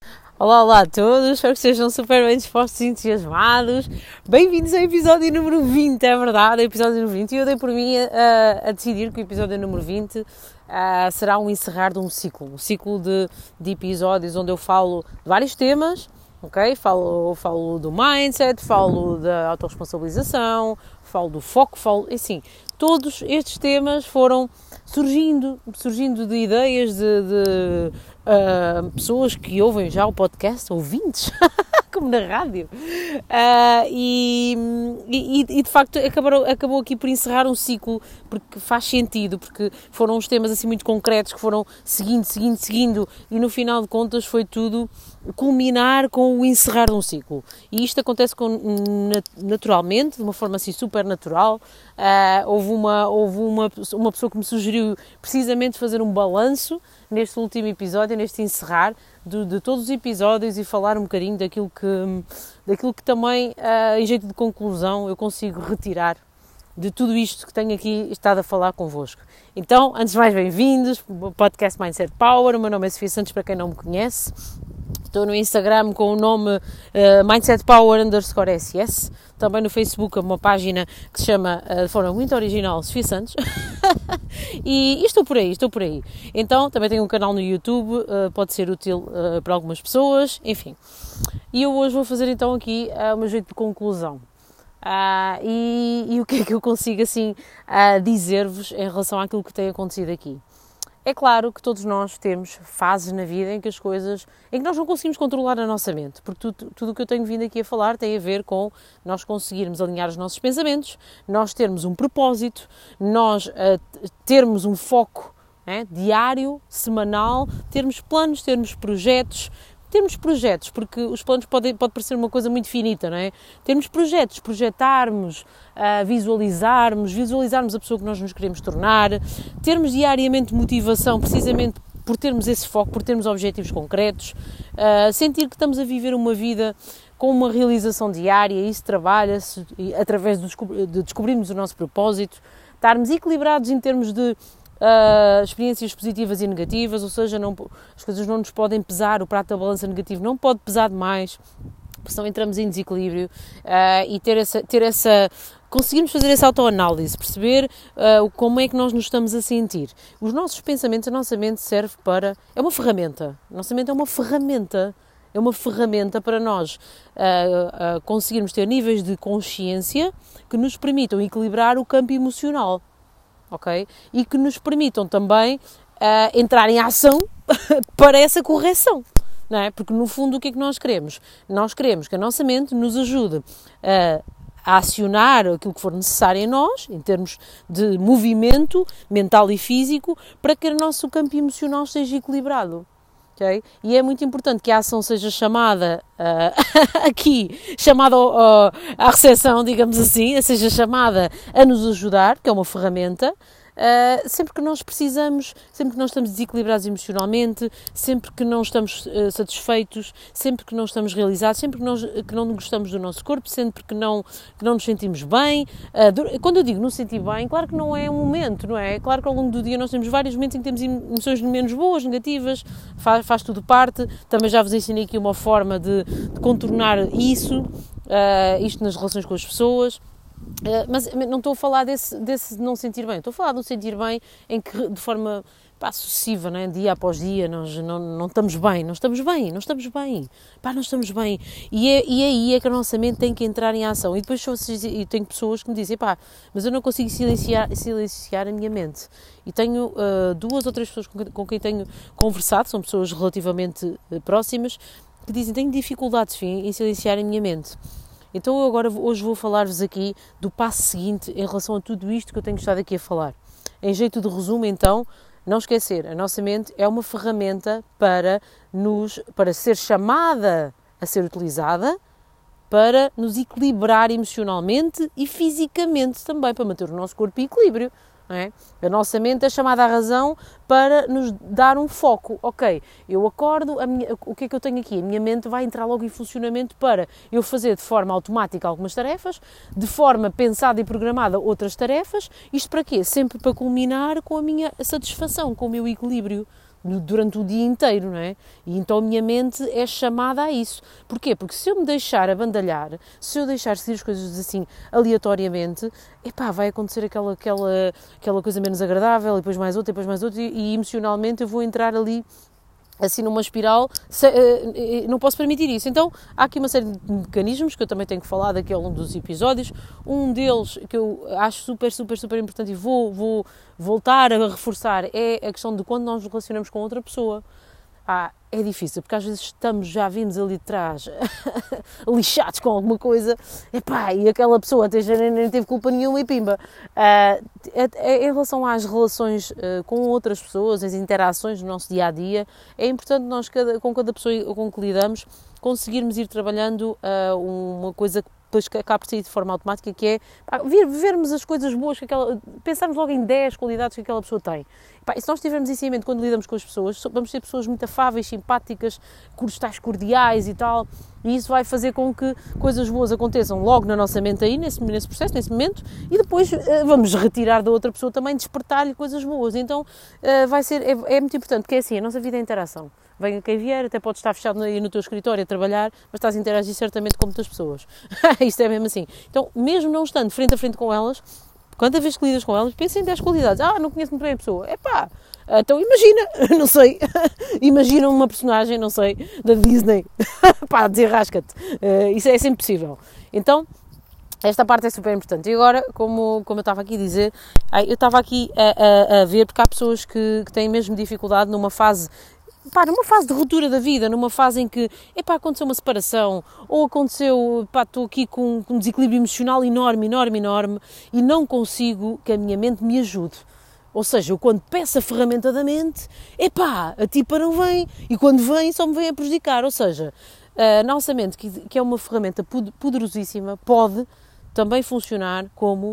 Olá, olá a todos, espero que estejam super bem dispostos e entusiasmados. Bem-vindos ao episódio número 20, é verdade, o episódio número 20. E eu dei por mim a decidir que o episódio número 20 será um encerrar de um ciclo de episódios onde eu falo de vários temas, ok? Falo do mindset, falo da autorresponsabilização, falo do foco, assim, todos estes temas foram surgindo de ideias de pessoas que ouvem já o podcast, ouvintes, como na rádio, e de facto acabou aqui por encerrar um ciclo, porque faz sentido, porque foram uns temas assim muito concretos que foram seguindo, e no final de contas foi tudo culminar com o encerrar de um ciclo. E isto acontece naturalmente, de uma forma assim super natural. Houve uma pessoa que me sugeriu precisamente fazer um balanço neste último episódio, neste encerrar de todos os episódios, e falar um bocadinho daquilo que também, em jeito de conclusão, eu consigo retirar de tudo isto que tenho aqui estado a falar convosco. Então, antes de mais, bem-vindos ao podcast Mindset Power. O meu nome é Sofia Santos, para quem não me conhece. Estou no Instagram com o nome Mindset Power _SS. Também no Facebook uma página que se chama, de forma muito original, Sofia Santos. e estou por aí. Então, também tenho um canal no YouTube, pode ser útil para algumas pessoas, enfim. E eu hoje vou fazer então aqui o meu jeito de conclusão. E o que é que eu consigo assim dizer-vos em relação àquilo que tem acontecido aqui? É claro que todos nós temos fases na vida em que nós não conseguimos controlar a nossa mente, porque tudo o que eu tenho vindo aqui a falar tem a ver com nós conseguirmos alinhar os nossos pensamentos, nós termos um propósito, nós termos um foco diário, semanal, termos planos, termos projetos, porque os planos pode parecer uma coisa muito finita, não é? Termos projetos, projetarmos, visualizarmos a pessoa que nós nos queremos tornar, termos diariamente motivação, precisamente por termos esse foco, por termos objetivos concretos, sentir que estamos a viver uma vida com uma realização diária. Isso trabalha-se através de descobrirmos o nosso propósito, estarmos equilibrados em termos de experiências positivas e negativas, ou seja, as coisas não nos podem pesar, o prato da balança negativo não pode pesar demais, porque senão entramos em desequilíbrio, e conseguirmos fazer essa autoanálise, perceber como é que nós nos estamos a sentir. Os nossos pensamentos, a nossa mente serve é uma ferramenta, a nossa mente é uma ferramenta para nós conseguirmos ter níveis de consciência que nos permitam equilibrar o campo emocional. Okay? E que nos permitam também entrar em ação para essa correção, não é? Porque no fundo o que é que nós queremos? Nós queremos que a nossa mente nos ajude a acionar aquilo que for necessário em nós, em termos de movimento mental e físico, para que o nosso campo emocional esteja equilibrado. Okay? E é muito importante que a ação seja chamada à recepção, digamos assim, seja chamada a nos ajudar, que é uma ferramenta, sempre que nós precisamos, sempre que nós estamos desequilibrados emocionalmente, sempre que não estamos satisfeitos, sempre que não estamos realizados, sempre que não gostamos do nosso corpo, sempre que não nos sentimos bem. Quando eu digo não sentir bem, claro que não é um momento, não é? É claro que ao longo do dia nós temos vários momentos em que temos emoções menos boas, negativas, faz tudo parte. Também já vos ensinei aqui uma forma de contornar isto nas relações com as pessoas. Mas não estou a falar desse não sentir bem, estou a falar de um sentir bem em que de forma sucessiva, né? Dia após dia, nós não estamos bem, não estamos bem, e aí é que a nossa mente tem que entrar em ação. E depois tenho pessoas que me dizem, mas eu não consigo silenciar a minha mente. E tenho 2 ou 3 pessoas com quem tenho conversado, são pessoas relativamente próximas, que dizem, tenho dificuldades em silenciar a minha mente. Então hoje vou falar-vos aqui do passo seguinte em relação a tudo isto que eu tenho estado aqui a falar. Em jeito de resumo, então, não esquecer, a nossa mente é uma ferramenta para ser chamada a ser utilizada para nos equilibrar emocionalmente e fisicamente também, para manter o nosso corpo em equilíbrio. Não é? A nossa mente é chamada à razão para nos dar um foco. Ok, eu acordo, o que é que eu tenho aqui? A minha mente vai entrar logo em funcionamento para eu fazer de forma automática algumas tarefas, de forma pensada e programada outras tarefas. Isto para quê? Sempre para culminar com a minha satisfação, com o meu equilíbrio. durante o dia inteiro, não é? E então a minha mente é chamada a isso. Porquê? Porque se eu me deixar abandalhar, se eu deixar seguir as coisas assim aleatoriamente, vai acontecer aquela coisa menos agradável, e depois mais outra, e emocionalmente eu vou entrar ali assim numa espiral, não posso permitir isso. Então há aqui uma série de mecanismos que eu também tenho que falar daqui ao longo dos episódios. Um deles que eu acho super, super, super importante e vou voltar a reforçar é a questão de quando nós nos relacionamos com outra pessoa. É difícil, porque às vezes já vimos ali de trás lixados com alguma coisa, e aquela pessoa até já nem teve culpa nenhuma e pimba. Em relação às relações com outras pessoas, as interações no nosso dia-a-dia, é importante nós, com cada pessoa com que lidamos, conseguirmos ir trabalhando uma coisa que depois acaba por sair de forma automática, que é vermos as coisas boas, pensarmos logo em 10 qualidades que aquela pessoa tem. E se nós tivermos isso em mente quando lidamos com as pessoas, vamos ter pessoas muito afáveis, simpáticas, tais cordiais e tal, e isso vai fazer com que coisas boas aconteçam logo na nossa mente aí, nesse processo, nesse momento, e depois vamos retirar da outra pessoa também, despertar-lhe coisas boas. Então é muito importante, porque é assim, a nossa vida é interação. Venha quem vier, até pode estar fechado aí no teu escritório a trabalhar, mas estás a interagir certamente com muitas pessoas. Isto é mesmo assim. Então, mesmo não estando frente a frente com elas, quantas vezes que lidas com elas, pensa em 10 qualidades. Não conheço muito bem a pessoa. Então imagina, não sei, imagina uma personagem, não sei, da Disney. Desenrasca-te. Isso é sempre possível. Então, esta parte é super importante. E agora, como eu estava aqui a dizer, eu estava aqui a ver, porque há pessoas que têm mesmo dificuldade numa fase de ruptura da vida, numa fase em que, aconteceu uma separação, ou aconteceu, estou aqui com um desequilíbrio emocional enorme, e não consigo que a minha mente me ajude. Ou seja, eu quando peço a ferramenta da mente, a tipa não vem, e quando vem só me vem a prejudicar. Ou seja, a nossa mente, que é uma ferramenta poderosíssima, pode também funcionar como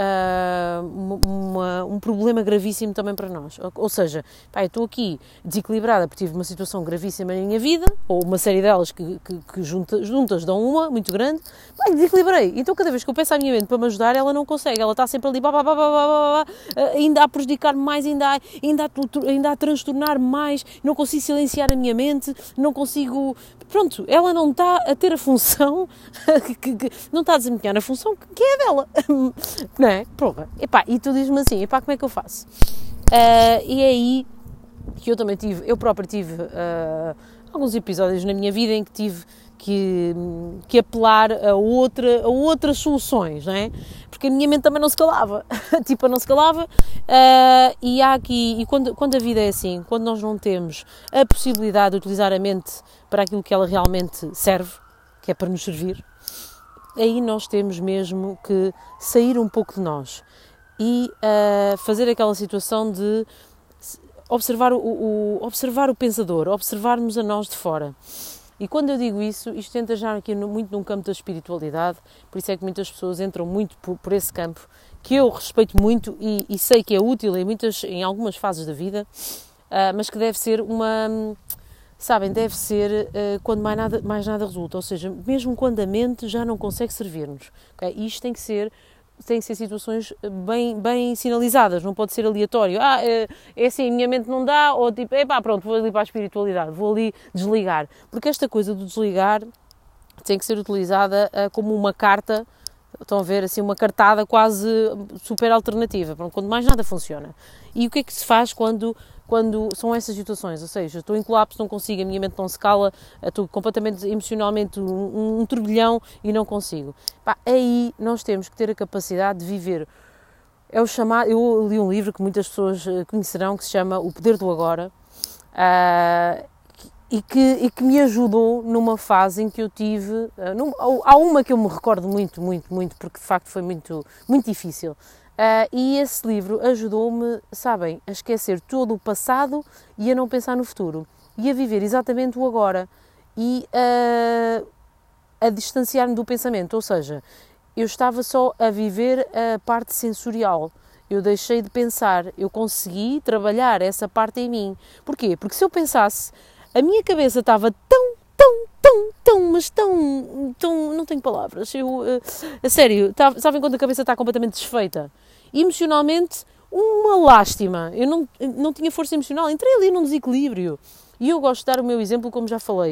um problema gravíssimo também para nós. Ou seja, eu estou aqui desequilibrada porque tive uma situação gravíssima na minha vida, ou uma série delas que juntas dão uma muito grande, desequilibrei. Então cada vez que eu peço à minha mente para me ajudar, ela não consegue, ela está sempre ali ainda a prejudicar-me mais, ainda a transtornar mais, não consigo silenciar a minha mente, não consigo... Pronto, ela não está a ter a função, não está a desempenhar a função que é dela. Não é? Porra. E tu dizes-me assim, como é que eu faço? E é aí que eu própria tive alguns episódios na minha vida em que tive que apelar a outras soluções, não é? Porque a minha mente também não se calava, e há aqui, quando a vida é assim, quando nós não temos a possibilidade de utilizar a mente para aquilo que ela realmente serve, que é para nos servir, aí nós temos mesmo que sair um pouco de nós e fazer aquela situação de observar o pensador, observarmos a nós de fora. E quando eu digo isso, isto entra já aqui muito num campo da espiritualidade, por isso é que muitas pessoas entram muito por esse campo, que eu respeito muito e sei que é útil em algumas fases da vida, mas que deve ser quando mais nada resulta, ou seja, mesmo quando a mente já não consegue servir-nos. Okay? Isto tem que ser situações bem sinalizadas, não pode ser aleatório. É assim, a minha mente não dá, ou tipo, pronto, vou ali para a espiritualidade, vou ali desligar. Porque esta coisa do desligar tem que ser utilizada como uma carta, estão a ver, assim, uma cartada quase super alternativa, quando mais nada funciona. E o que é que se faz quando são essas situações? Ou seja, estou em colapso, não consigo, a minha mente não se cala, estou completamente emocionalmente um turbilhão e não consigo. Aí nós temos que ter a capacidade de viver. Eu li um livro que muitas pessoas conhecerão, que se chama O Poder do Agora, e que me ajudou numa fase em que eu tive... há uma que eu me recordo muito, porque de facto foi muito, muito difícil. E esse livro ajudou-me, a esquecer todo o passado e a não pensar no futuro. E a viver exatamente o agora. E a distanciar-me do pensamento. Ou seja, eu estava só a viver a parte sensorial. Eu deixei de pensar. Eu consegui trabalhar essa parte em mim. Porquê? Porque se eu pensasse, a minha cabeça estava mas tão, não tenho palavras, a sério, sabem quando a cabeça está completamente desfeita? Emocionalmente, uma lástima, eu não tinha força emocional, entrei ali num desequilíbrio. E eu gosto de dar o meu exemplo, como já falei.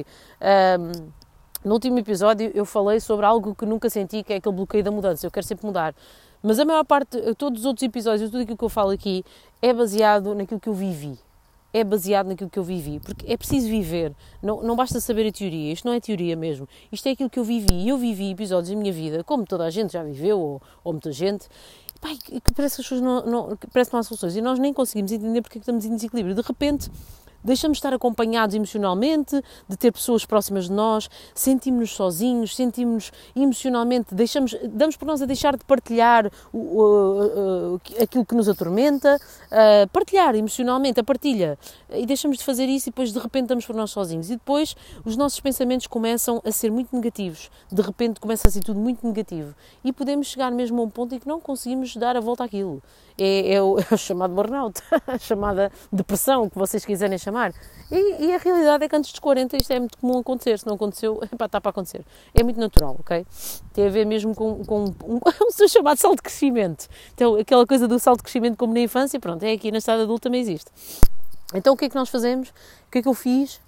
No último episódio eu falei sobre algo que nunca senti, que é aquele bloqueio da mudança. Eu quero sempre mudar. Mas a maior parte, todos os outros episódios, tudo aquilo que eu falo aqui, é baseado naquilo que eu vivi. É baseado naquilo que eu vivi. Porque é preciso viver. Não basta saber a teoria. Isto não é teoria mesmo. Isto é aquilo que eu vivi. E eu vivi episódios da minha vida, como toda a gente já viveu, ou muita gente. Pai, que parece que as pessoas parece que não há soluções. E nós nem conseguimos entender porque é que estamos em desequilíbrio. De repente, deixamos de estar acompanhados emocionalmente, de ter pessoas próximas de nós, sentimos-nos sozinhos, sentimos-nos emocionalmente, damos por nós a deixar de partilhar aquilo que nos atormenta, partilhar emocionalmente, a partilha, e deixamos de fazer isso e depois de repente estamos por nós sozinhos. E depois os nossos pensamentos começam a ser muito negativos, de repente começa a ser tudo muito negativo e podemos chegar mesmo a um ponto em que não conseguimos dar a volta àquilo. É o chamado burnout, a chamada depressão, o que vocês quiserem chamar. E a realidade é que antes dos 40 isto é muito comum acontecer. Se não aconteceu, está para acontecer. É muito natural, ok? Tem a ver mesmo com o seu chamado salto de crescimento. Então, aquela coisa do salto de crescimento como na infância, pronto, é aqui na estado adulto também existe. Então, o que é que nós fazemos? O que é que eu fiz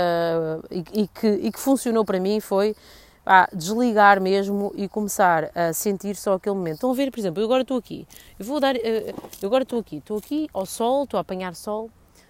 e que funcionou para mim foi desligar mesmo e começar a sentir só aquele momento. Estão a ver, por exemplo, eu agora estou aqui. Estou aqui ao sol, estou a apanhar sol,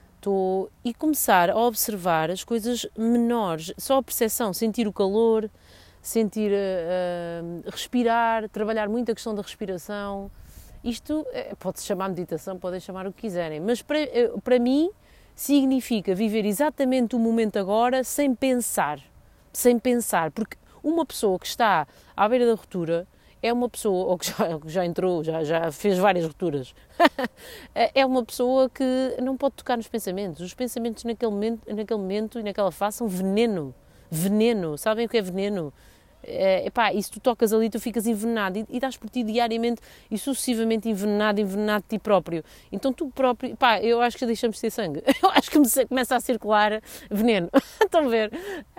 e começar a observar as coisas menores, só a percepção, sentir o calor, sentir, respirar, trabalhar muito a questão da respiração. Isto pode-se chamar meditação, podem chamar o que quiserem, mas para mim significa viver exatamente o momento agora sem pensar, porque uma pessoa que está à beira da ruptura é uma pessoa, ou que já entrou, já fez várias rupturas, é uma pessoa que não pode tocar nos pensamentos. Os pensamentos naquele momento e naquela fase são veneno. Veneno. Sabem o que é veneno? E se tu tocas ali, tu ficas envenenado e dás por ti diariamente e sucessivamente envenenado de ti próprio. Então tu próprio, eu acho que já deixamos de ter sangue. Eu acho que começa a circular veneno. Estão a ver?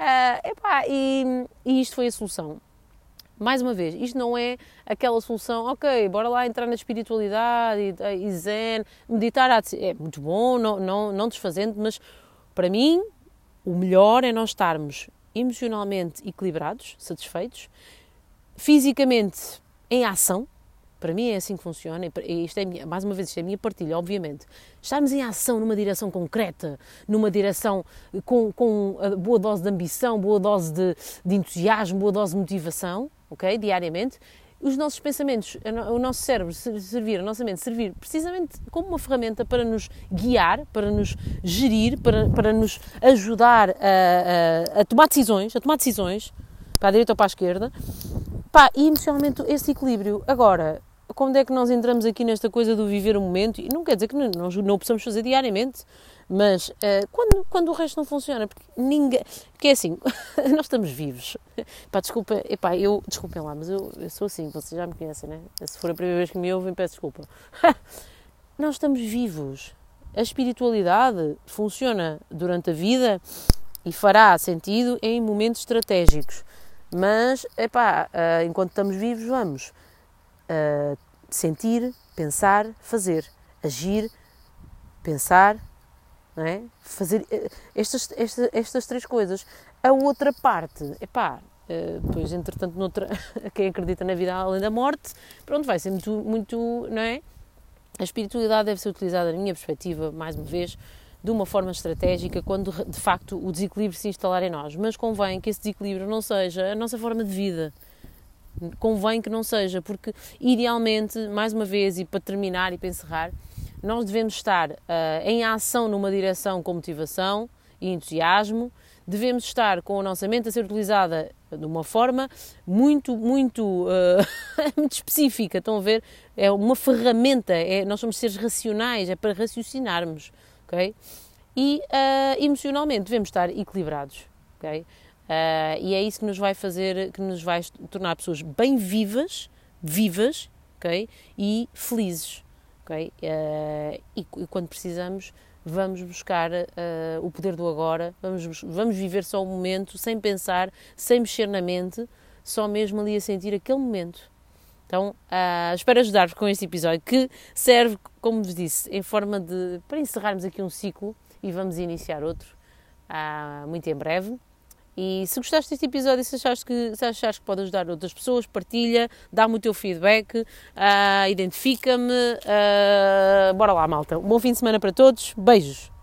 E isto foi a solução. Mais uma vez, isto não é aquela solução, ok, bora lá entrar na espiritualidade e zen, meditar, é muito bom, não desfazendo, mas para mim o melhor é nós estarmos emocionalmente equilibrados, satisfeitos, fisicamente em ação. Para mim é assim que funciona, e isto mais uma vez, isto é a minha partilha, obviamente. Estarmos em ação numa direção concreta, numa direção com a boa dose de ambição, boa dose de entusiasmo, boa dose de motivação, ok? Diariamente. Os nossos pensamentos, o nosso cérebro a nossa mente servir precisamente como uma ferramenta para nos guiar, para nos gerir, para nos ajudar a tomar decisões, para a direita ou para a esquerda, e emocionalmente esse equilíbrio. Agora, quando é que nós entramos aqui nesta coisa do viver o momento? E não quer dizer que não possamos fazer diariamente, mas quando o resto não funciona, porque é assim, nós estamos vivos. Desculpem lá, mas eu sou assim, vocês já me conhecem, né? Se for a primeira vez que me ouvem, peço desculpa. Nós estamos vivos. A espiritualidade funciona durante a vida e fará sentido em momentos estratégicos. Mas, enquanto estamos vivos, vamos sentir, pensar, fazer, agir, pensar, não é? Fazer estas três coisas. A outra parte, depois, entretanto, quem acredita na vida além da morte, pronto, vai ser muito, não é? A espiritualidade deve ser utilizada, na minha perspectiva, mais uma vez, de uma forma estratégica, quando de facto o desequilíbrio se instalar em nós. Mas convém que esse desequilíbrio não seja a nossa forma de vida. Convém que não seja, porque idealmente, mais uma vez, e para terminar e para encerrar, nós devemos estar em ação numa direção com motivação e entusiasmo, devemos estar com a nossa mente a ser utilizada de uma forma muito muito específica, estão a ver? É uma ferramenta, nós somos seres racionais, é para raciocinarmos, ok? E emocionalmente devemos estar equilibrados, ok? E é isso que nos vai fazer, que nos vai tornar pessoas bem vivas, ok? E felizes, ok? E quando precisamos, vamos buscar o poder do agora, vamos viver só o momento, sem pensar, sem mexer na mente, só mesmo ali a sentir aquele momento. Então, espero ajudar-vos com este episódio, que serve, como vos disse, para encerrarmos aqui um ciclo e vamos iniciar outro muito em breve. E se gostaste deste episódio, se achares que pode ajudar outras pessoas, partilha, dá-me o teu feedback, identifica-me. Bora lá, malta. Um bom fim de semana para todos. Beijos!